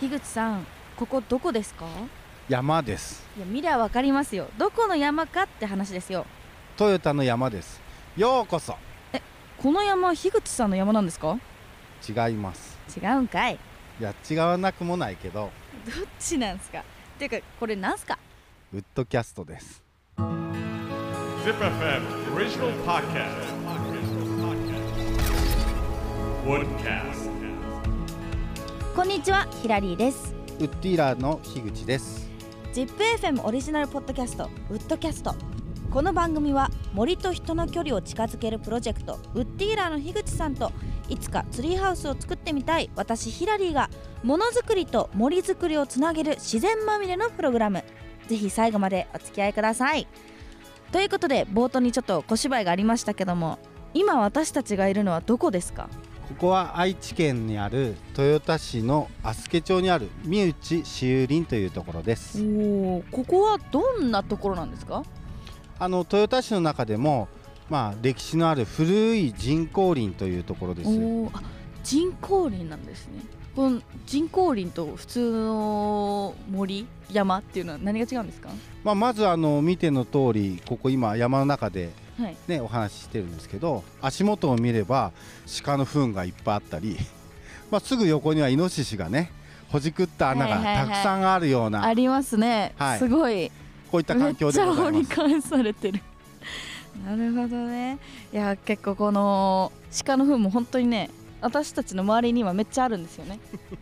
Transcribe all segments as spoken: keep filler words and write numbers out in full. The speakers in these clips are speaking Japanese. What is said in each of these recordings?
樋口さん、ここどこですか？ 山です。 いや、見りゃわかりますよ。どこの山かって話ですよ。 トヨタの山です。ようこそ。 え、この山、樋口さんの山なんですか？ 違います。 違うんかい。 いや、違わなくもないけど、 どっちなんすか？っていうか、これなんすか？ ウッドキャストです。 Zip エフエム Original Podcast Woodcast。 こんにちは、ヒラリーです。 ウッディーラーの樋口です。 ジップエフエム オリジナルポッドキャストウッドキャスト。この番組は森と人の距離を近づけるプロジェクトウッディーラーの樋口さんと、いつかツリーハウスを作ってみたい私ヒラリーがものづくりと森づくりをつなげる自然まみれのプログラム。ぜひ最後までお付き合いください。ということで、冒頭にちょっと小芝居がありましたけども、今私たちがいるのはどこですか？ ここは愛知県にある豊田市の足助町にある三内私有林というところです。 おー、ここはどんなところなんですか？ あの豊田市の中でも、まあ、歴史のある古い人工林というところです。 おー、あ、人工林なんですね。この人工林と普通の森山っていうのは何が違うんですか？ まあ、まずあの見ての通り、ここ今山の中ではい、 ね、お話ししてるんですけど、足元を見れば鹿の糞がいっぱいあったりまあすぐ横にはイノシシがねほじくった穴がたくさんあるような、 ありますね、 はい、 すごいこういった環境でございます。 めっちゃ掘り返されてるなるほどね。いや、結構この鹿の糞も本当にね、私たちの周りにはめっちゃあるんですよね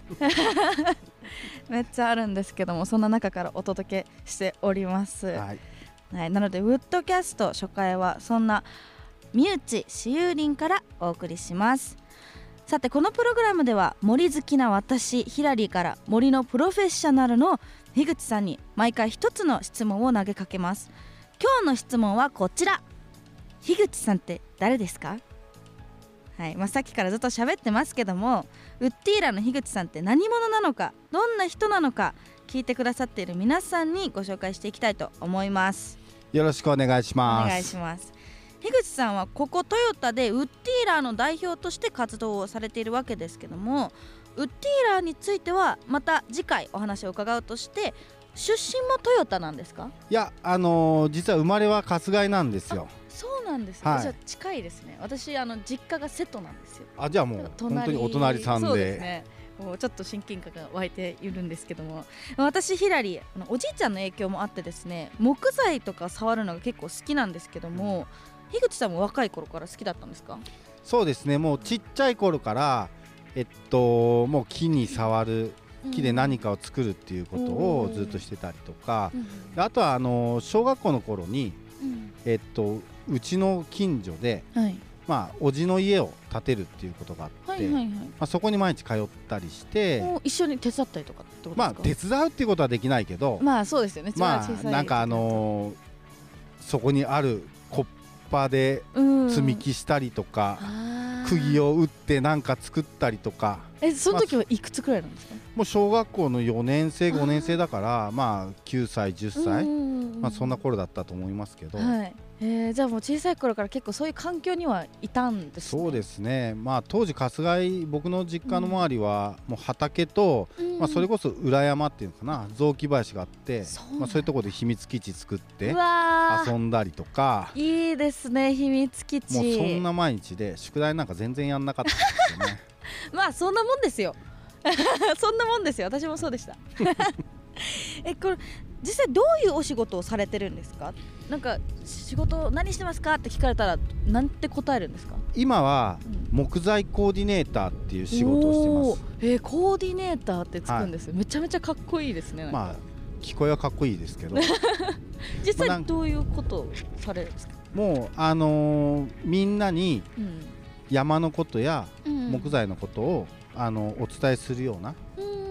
めっちゃあるんですけども、そんな中からお届けしております、 はいはい、なのでウッドキャスト初回はそんな三内私有林からお送りします。さて、このプログラムでは森好きな私ヒラリーから森のプロフェッショナルの樋口さんに毎回一つの質問を投げかけます。今日の質問はこちら。樋口さんって誰ですか？はい、まあ、さっきからずっと喋ってますけども、ウッディーラの樋口さんって何者なのか、どんな人なのか、聞いてくださっている皆さんにご紹介していきたいと思います。 よろしくお願いします。 お願いします。樋口さんはここトヨタでウッディーラーの代表として活動をされているわけですけども、ウッディーラーについてはまた次回お話を伺うとして、出身もトヨタなんですか？ いや、あのー、実は生まれは春日井なんですよ。 そうなんですね、 はい、 じゃあ近いですね。私あの実家が瀬戸なんですよ。 あ、じゃあもう本当にお隣さんで。 そうですね、もうちょっと親近感が湧いているんですけども、私ヒラリー、あのおじいちゃんの影響もあってですね、木材とか触るのが結構好きなんですけども、樋口さんも若い頃から好きだったんですか？ そうですね、もうちっちゃい頃からえっともう木に触る、木で何かを作るっていうことをずっとしてたりとか、うん、あとはあの小学校の頃に、うん、えっとうちの近所で、はい、まあ、おじの家を建てるっていうことがあって、はいはいはい、まあ、そこに毎日通ったりして、 一緒に手伝ったりとかってことですか？ まあ、手伝うっていうことはできないけど、 まあそうですよね、 まあ、なんかあのー、そこにあるコッパで積み木したりとか、釘を打ってなんか作ったりとか。 え、その時はいくつくらいなんですか？ もう小学校のよねん生ごねん生だから、まあきゅうさいじゅっさい、まあ、そんな頃だったと思いますけど、 はい、えー、じゃあもう小さい頃から結構そういう環境にはいたんですね。 そうですね、まあ、当時春日井、僕の実家の周りはもう畑と、うん、まあ、それこそ裏山っていうのかな、雑木林があって、そう、まあ、そういうところで秘密基地作って遊んだりとか。 いいですね、秘密基地。 もうそんな毎日で宿題なんか全然やんなかったんですよねまあそんなもんですよそんなもんですよ、私もそうでしたえ、これ実際どういうお仕事をされてるんですか？なんか仕事何してますかって聞かれたらなんて答えるんですか？ 今は木材コーディネーターっていう仕事をしてます。 えー、コーディネーターってつくんですよ、はい、めちゃめちゃかっこいいですね。なんか、 まあ聞こえはかっこいいですけど実際どういうことをされるんですか？ もうあのー、みんなに山のことや木材のことを、うん、あのお伝えするような、うんうんうん、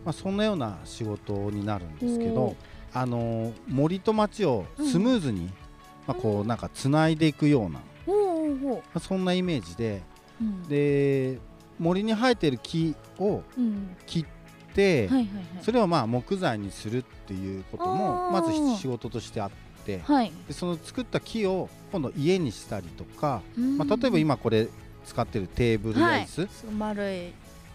まあ、そんなような仕事になるんですけど、あの森と町をスムーズに、うん、まあ、こうなんかつないでいくような、うん、まあ、そんなイメージで、うん、で森に生えてる木を切って、うん、はいはいはい、それをまあ木材にするっていうこともまず仕事としてあって、はい、でその作った木を今度家にしたりとか、まあ、例えば今これ使ってるテーブルや椅子、 はい、丸い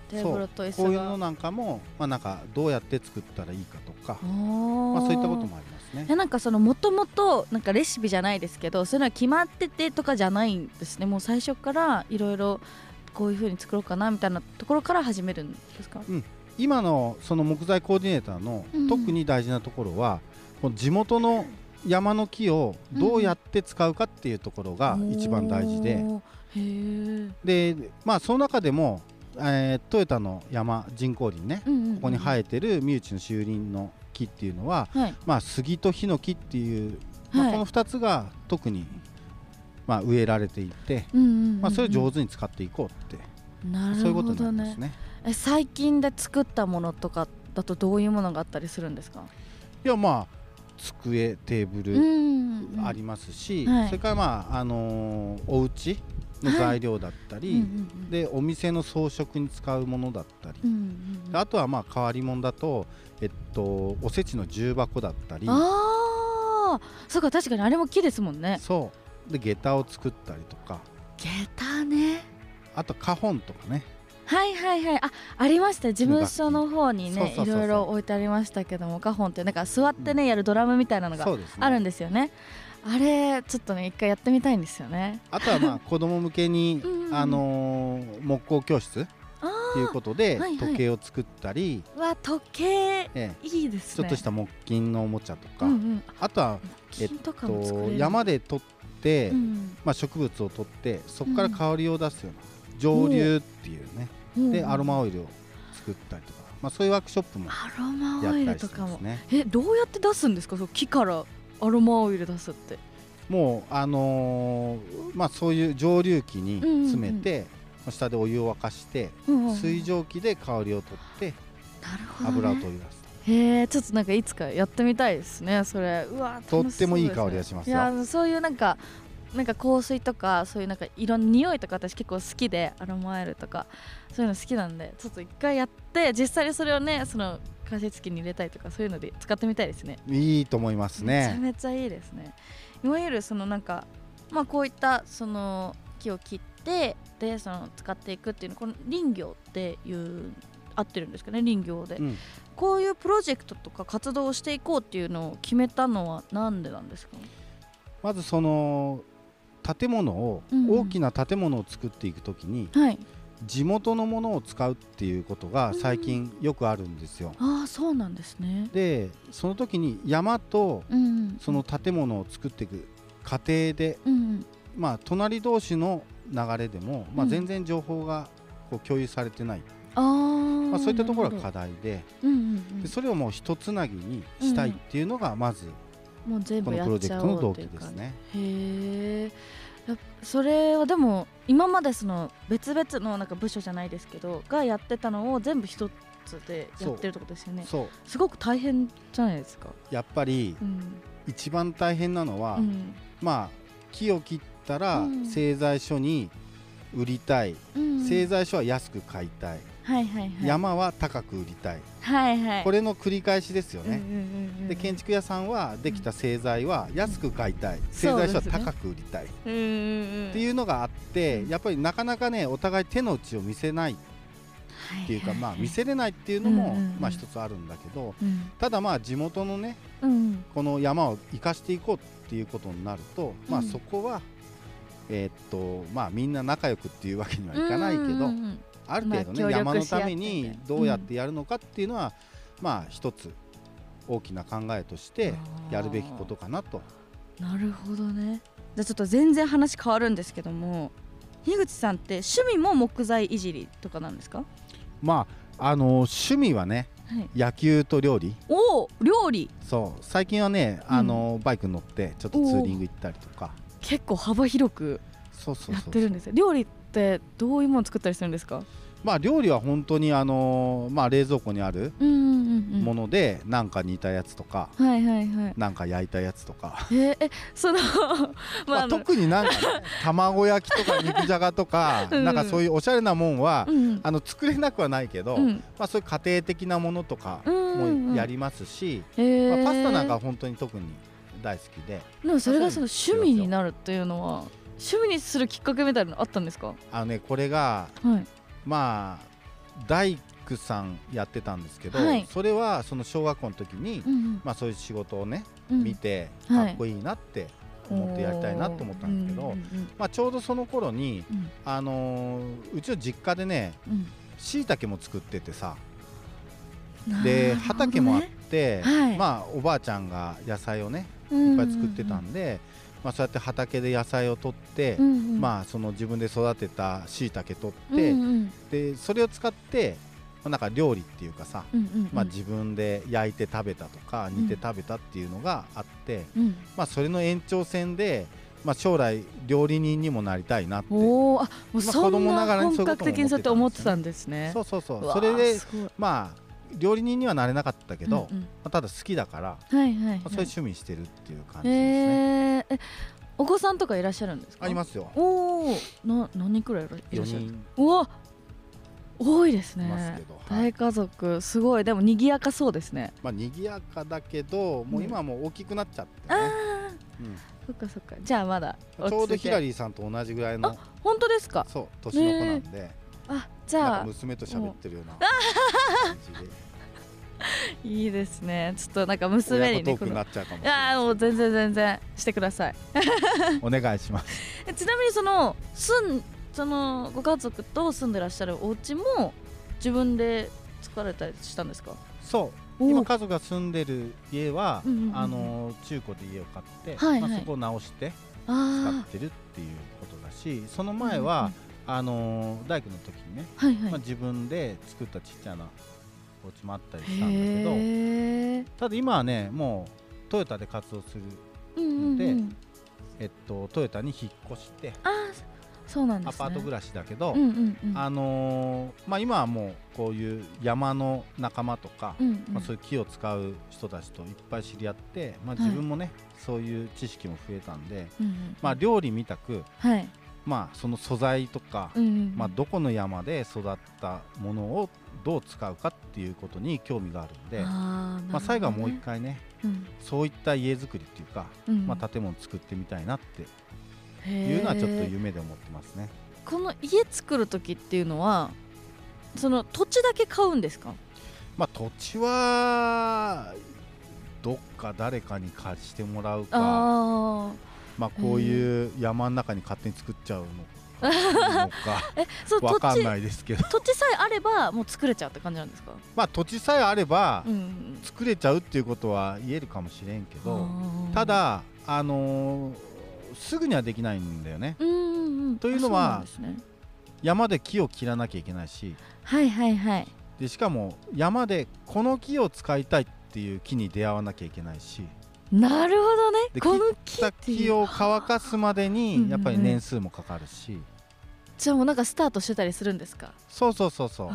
テーブルと椅子がこういうのなんかも、まあ、なんかどうやって作ったらいいかとか、まあ、そういったこともありますね。 なんかそのもともとなんかレシピじゃないですけど、そういうのは決まっててとかじゃないんですね。もう最初からいろいろこういう風に作ろうかなみたいなところから始めるんですか？ うん、今のその木材コーディネーターの特に大事なところは、この地元の山の木をどうやって使うかっていうところが一番大事で、 うんへーで、まあ、その中でも、えー、トヨタの山人工林ね、 うんうんうん、 ここに生えてる三内の周林の木っていうのは、 はい、 まあ、杉とヒノキっていう、まあ、 はい、 このふたつが特に、まあ、植えられていて、 うんうんうんうん、 まあ、それを上手に使っていこうって、 なるほどね、 そういうことになりますね。 え最近で作ったものとかだとどういうものがあったりするんですか？ いや、まあ机テーブルありますし、はい、それからまあ、あのー、お家の材料だったり、はい、うんうんうん、でお店の装飾に使うものだったり、うんうんうん、あとはまあ変わり物だと、えっと、おせちの重箱だったり、 ああ、そうか、確かにあれも木ですもんね。 そうで下駄を作ったりとか、 下駄ね、 あと花本とかね、 はいはいはい、あ、ありました。事務所の方にね、いろいろ置いてありましたけども、花本ってなんか座ってね、うん、やるドラムみたいなのがあるんですよね。あれちょっとね一回やってみたいんですよね。 あとはまあ子供向けにうん、あのー、木工教室っていうことで時計を作ったり、 はいはい、わ時計、ええ、いいですね。 ちょっとした木琴のおもちゃとか、うんうん、あとはえっと、山で取って、うん、まあ、植物を取ってそこから香りを出すような、うん、蒸留っていうね、うん、でアロマオイルを作ったりとか、まあ、そういうワークショップもやったりしてますね。 え、どうやって出すんですか？そう木からアロマオイル出すって。 もうあのーまあ、そういう蒸留機に詰めて、うんうんうん、下でお湯を沸かして、うんうん、水蒸気で香りを取って、 なるほどね、 油を取り出す。 へえ、ちょっとなんかいつかやってみたいですね、それ。うわ、 とってもいい香りがしますよ。 いや、そういうなんかなんか香水とかそういうなんかいろんな匂いとか私結構好きで、アロマオイルとかそういうの好きなんで、ちょっと一回やって実際にそれをね、その加湿器に入れたりとかそういうので使ってみたいですね。 いいと思いますね。 めちゃめちゃいいですね。いわゆるそのなんか、まあ、こういったその木を切ってでその使っていくっていうの、この林業っていう合ってるんですかね、林業で、うん、こういうプロジェクトとか活動をしていこうっていうのを決めたのはなんでなんですか？ まずその建物を、うん、大きな建物を作っていくときに、はい、地元のものを使うっていうことが最近よくあるんですよ。 うん、ああ、そうなんですね。 でその時に山とその建物を作っていく過程で、うん、まあ、隣同士の流れでも、まあ、全然情報がこう共有されてない、うん、まあ、そういったところが課題 で,、うんうんうん、でそれをもう一つなぎにしたいっていうのがまず、 うん、もう全部このプロジェクトの動機ですね。 へー、それはでも今までその別々のなんか部署じゃないですけどがやってたのを全部一つでやってるってことですよね。 そう、 すごく大変じゃないですか。 やっぱり、うん、一番大変なのは、うん、まあ木を切ったら製材所に売りたい、うん、製材所は安く買いたい、はいはいはい、山は高く売りたい、はいはい、これの繰り返しですよね。うんうんうんうん、で建築屋さんはできた製材は安く買いたい、うん、製材所は高く売りたい、ね、っていうのがあって、うん、やっぱりなかなかねお互い手の内を見せないっていうか、はいはいはい、まあ見せれないっていうのも、うんうんうん、まあ一つあるんだけど、うん、ただまあ地元のね、うん、この山を生かしていこうっていうことになると、うん、まあそこはえー、っとまあみんな仲良くっていうわけにはいかないけど、うんうんうん、ある程度ね、まあ、山のためにどうやってやるのかっていうのは、うん、まあ一つ大きな考えとしてやるべきことかなと。 なるほどね。じゃあちょっと全然話変わるんですけども、樋口さんって趣味も木材いじりとかなんですか？ まああの趣味はね、はい、野球と料理。 おー、料理。 そう、最近はね、あの、うん、バイクに乗ってちょっとツーリング行ったりとか、 結構幅広くやってるんですよ。料理ってどういうもの作ったりするんですか？ まあ料理は本当にあのー、まあ冷蔵庫にあるものでなんか煮たやつとか、はいはいはい、なんか焼いたやつとか、 えー、えそのまあ特になんか、ね、卵焼きとか肉じゃがとか、うん、なんかそういうおしゃれなもんは、うん、あの作れなくはないけど、うん、まあそういう家庭的なものとかもやりますし、うんうんうん、まあ、パスタなんかは本当に特に大好きで。 でもそれがその趣味になるっていうのは趣味にするきっかけみたいなのあったんですか？ あのね、これが、はい、まあ大工さんやってたんですけど、 はい、 それはその小学校の時に、うんうん、まあ、そういう仕事をね、うん、見てかっこいいなって思ってやりたいなと思ったんですけど、はい、まあ、ちょうどその頃に、うん、あのー、うちの実家でねしいたけも作っててさ、で畑もあって、はい、まあ、おばあちゃんが野菜をねいっぱい作ってたんで、まあ、そうやって畑で野菜を取って、うんうん、まあ、その自分で育てたしいたけ取って、うんうん、でそれを使って、まあ、なんか料理っていうかさ、うんうんうん、まあ、自分で焼いて食べたとか煮て食べたっていうのがあって、うん、まあ、それの延長線で、まあ、将来料理人にもなりたいなって。 おあ、もうそんな本格的にそうやって思ってたんですね。 そうそうそう、それでまあ料理人にはなれなかったけど、うんうん、まあ、ただ好きだから、はいはいはい、まあ、そういう趣味してるっていう感じですね。 えー、えお子さんとかいらっしゃるんですか？ ありますよ。 おお、な何人くらいいらっしゃる？うわ、多いですね。ますけど、はい、大家族すごい。でも賑やかそうですね。 まあ賑やかだけど、もう今はもう大きくなっちゃってね、うん、あ、 うん、そっかそっか。じゃあまだちょうどヒラリーさんと同じぐらいの。あ、 本当ですか？ そう、年の子なんで、ね、 あ、じゃあ娘と喋ってるような感じでいいですね。ちょっとなんか娘にね、 親子トークになっちゃうかもしれない。 いやもう全然全然してくださいお願いしますちなみにその住んそのご家族と住んでらっしゃるお家も自分で作られたりしたんですか？ そう、今家族が住んでる家は、うんうんうん、あの中古で家を買って、はいはい、まあ、そこを直して使ってるっていうことだし、その前は、うんうん、あの大工の時にね、はいはい、まあ、自分で作ったちっちゃなお家もあったりしたんだけど、ただ今はねもうトヨタで活動するので、うんうんうん、えっと、トヨタに引っ越して、 あ、そうなんですね、 アパート暮らしだけど、うんうんうん、あのーまあ、今はもうこういう山の仲間とか、うんうん、まあ、そういう木を使う人たちといっぱい知り合って、まあ、自分もね、はい、そういう知識も増えたんで、うんうん、まあ、料理みたく、はい、まあ、その素材とか、うんうん、まあ、どこの山で育ったものをどう使うかっていうことに興味があるんで、あ、ね、まあ、最後はもう一回ね、うん、そういった家づくりっていうか、うん、まあ、建物作ってみたいなっていうのはちょっと夢で思ってますね。 この家作る時っていうのはその土地だけ買うんですか？ まあ、土地はどっか誰かに貸してもらうか、あ、まあ、こういう山の中に勝手に作っちゃうのかえ、そう、分かんないですけど土地さえあればもう作れちゃうって感じなんですか？ まあ、土地さえあれば作れちゃうっていうことは言えるかもしれんけど、うん、ただ、あのー、すぐにはできないんだよね。うんうんうん、というのは、ね、山で木を切らなきゃいけないし、 はいはいはい、 でしかも山でこの木を使いたいっていう木に出会わなきゃいけないし、 なるほどね、この木切った木を乾かすまでにやっぱり年数もかかるし、うんうん、 じゃあもうなんかスタートしてたりするんですか？ そうそうそうそう、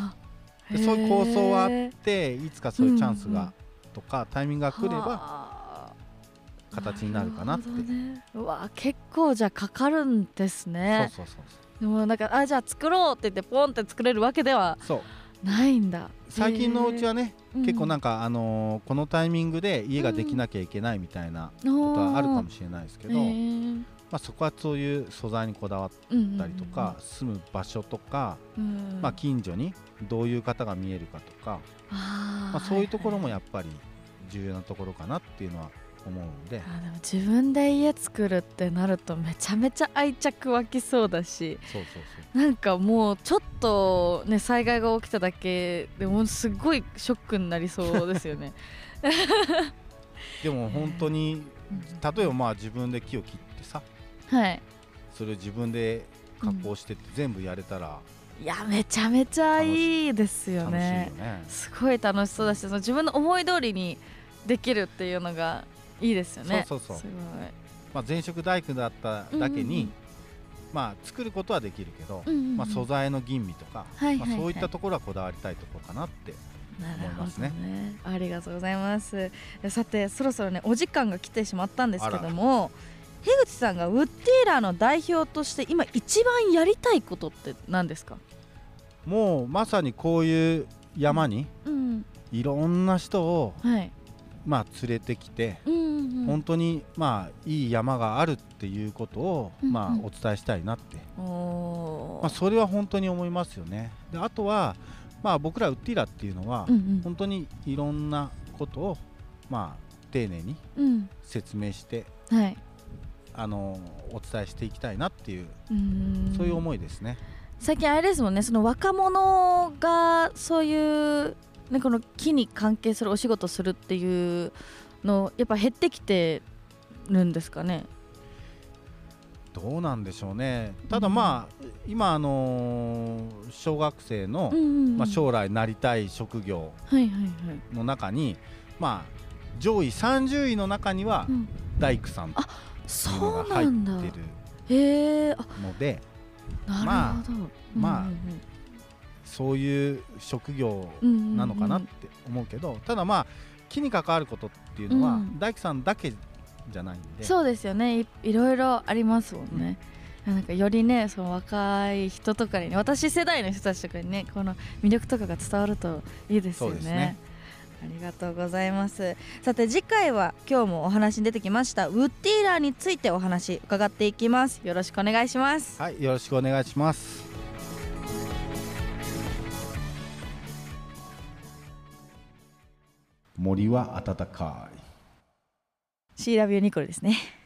でそういう構想はあって、いつかそういうチャンスが、うんうん、とかタイミングが来れば形になるかなって。なるほどね、 うわ、結構じゃあかかるんですね。 そうそうそうそう、 でもなんか、あ、じゃあ作ろうって言ってポンって作れるわけではないんだ。 最近のうちはね、結構なんか、あのー、このタイミングで家ができなきゃいけないみたいなことはあるかもしれないですけど、まあ、そこはそういう素材にこだわったりとか、うんうんうん、住む場所とか、うん、まあ、近所にどういう方が見えるかとか、あ、まあ、そういうところもやっぱり重要なところかなっていうのは思うんで。 あ、でも自分で家作るってなるとめちゃめちゃ愛着湧きそうだし、 そうそうそう、 なんかもうちょっとね災害が起きただけでもすごいショックになりそうですよねでも本当に、例えばまあ自分で木を切ってさ、はい、それを自分で加工してって全部やれたら、 うん、いやめちゃめちゃいいですよね。楽しいよね。すごい楽しそうだし、その自分の思い通りにできるっていうのがいいですよね。 そうそうそう、すごい、まあ、前職大工だっただけに、うんうんうん、まあ、作ることはできるけど、うんうんうん、まあ、素材の吟味とか、はいはいはい、まあ、そういったところはこだわりたいところかなって思いますね。 ね、ありがとうございます。さてそろそろねお時間が来てしまったんですけども、樋口さんがウッディーラーの代表として今一番やりたいことって何ですか？ もうまさにこういう山にいろんな人を、はい、まあ、連れてきて、うんうんうん、本当にまあいい山があるっていうことを、うんうん、まあ、お伝えしたいなって、お、まあ、それは本当に思いますよね。であとはまあ、僕らウッディーラっていうのは、うんうん、本当にいろんなことを、まあ、丁寧に説明して、うんはい、あのお伝えしていきたいなっていう、うーんそういう思いですね。 最近あれですもんね、その若者がそういう、ね、この木に関係するお仕事するっていうのやっぱ減ってきてるんですかね。 どうなんでしょうね。ただまあ、うん、今あのー、小学生の、うんうんうんまあ、将来なりたい職業の中に、はいはいはいまあ、上位さんじゅういの中には、うん、大工さんっていうのが入ってるので、まあ、まあ、うんうんうん、そういう職業なのかなって思うけど、うんうんうん、ただまあ木に関わることっていうのは、うん、大工さんだけじゃないんで。 そうですよね い, いろいろありますもんね、うん、なんかよりねその若い人とかに、ね、私世代の人たちとかにねこの魅力とかが伝わるといいですよ ね, そうですね。ありがとうございます。さて次回は今日もお話に出てきましたウッディーラーについてお話伺っていきます。よろしくお願いします。 はい、よろしくお願いします。森は暖かい。 シーダブリュー ニコルですね。